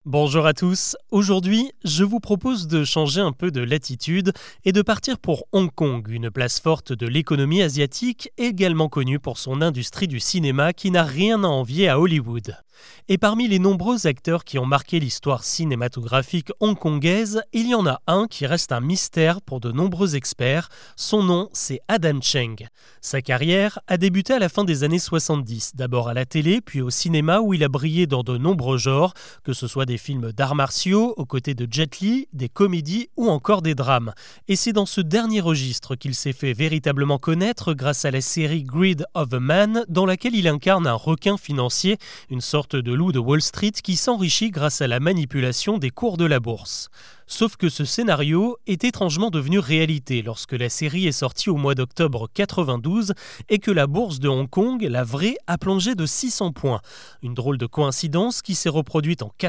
Bonjour à tous, aujourd'hui je vous propose de changer un peu de latitude et de partir pour Hong Kong, une place forte de l'économie asiatique également connue pour son industrie du cinéma qui n'a rien à envier à Hollywood. Et parmi les nombreux acteurs qui ont marqué l'histoire cinématographique hongkongaise, il y en a un qui reste un mystère pour de nombreux experts, son nom c'est Adam Cheng. Sa carrière a débuté à la fin des années 70, d'abord à la télé puis au cinéma où il a brillé dans de nombreux genres, que ce soit des films d'arts martiaux, aux côtés de Jet Li, des comédies ou encore des drames. Et c'est dans ce dernier registre qu'il s'est fait véritablement connaître grâce à la série Greed of a Man, dans laquelle il incarne un requin financier, une sorte de loup de Wall Street qui s'enrichit grâce à la manipulation des cours de la bourse. Sauf que ce scénario est étrangement devenu réalité lorsque la série est sortie au mois d'octobre 92 et que la bourse de Hong Kong, la vraie, a plongé de 600 points. Une drôle de coïncidence qui s'est reproduite en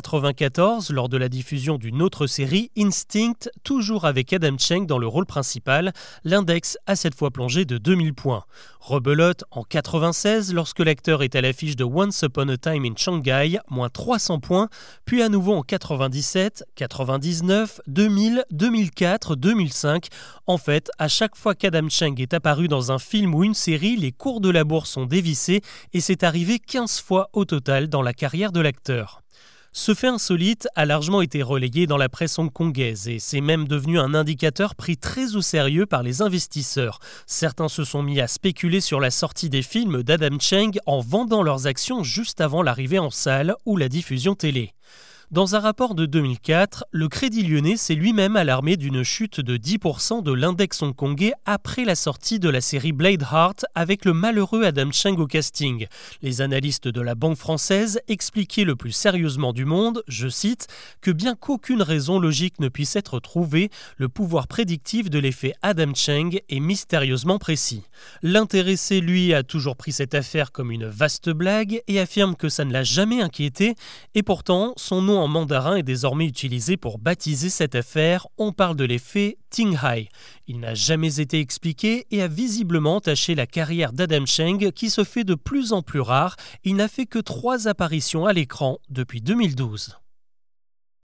94 lors de la diffusion d'une autre série, Instinct, toujours avec Adam Cheng dans le rôle principal. L'index a cette fois plongé de 2000 points. Rebelote en 96 lorsque l'acteur est à l'affiche de Once Upon a Time in Shanghai, moins 300 points, puis à nouveau en 97, 99, 2000, 2004, 2005. En fait, à chaque fois qu'Adam Cheng est apparu dans un film ou une série, les cours de la bourse sont dévissés et c'est arrivé 15 fois au total dans la carrière de l'acteur. Ce fait insolite a largement été relayé dans la presse hongkongaise et c'est même devenu un indicateur pris très au sérieux par les investisseurs. Certains se sont mis à spéculer sur la sortie des films d'Adam Cheng en vendant leurs actions juste avant l'arrivée en salle ou la diffusion télé. Dans un rapport de 2004, le Crédit Lyonnais s'est lui-même alarmé d'une chute de 10% de l'index hongkongais après la sortie de la série Blade Heart avec le malheureux Adam Cheng au casting. Les analystes de la Banque française expliquaient le plus sérieusement du monde, je cite, que bien qu'aucune raison logique ne puisse être trouvée, le pouvoir prédictif de l'effet Adam Cheng est mystérieusement précis. L'intéressé, lui, a toujours pris cette affaire comme une vaste blague et affirme que ça ne l'a jamais inquiété, et pourtant, son nom en mandarin est désormais utilisé pour baptiser cette affaire. On parle de l'effet Ting Hai. Il n'a jamais été expliqué et a visiblement entaché la carrière d'Adam Cheng qui se fait de plus en plus rare. Il n'a fait que 3 apparitions à l'écran depuis 2012.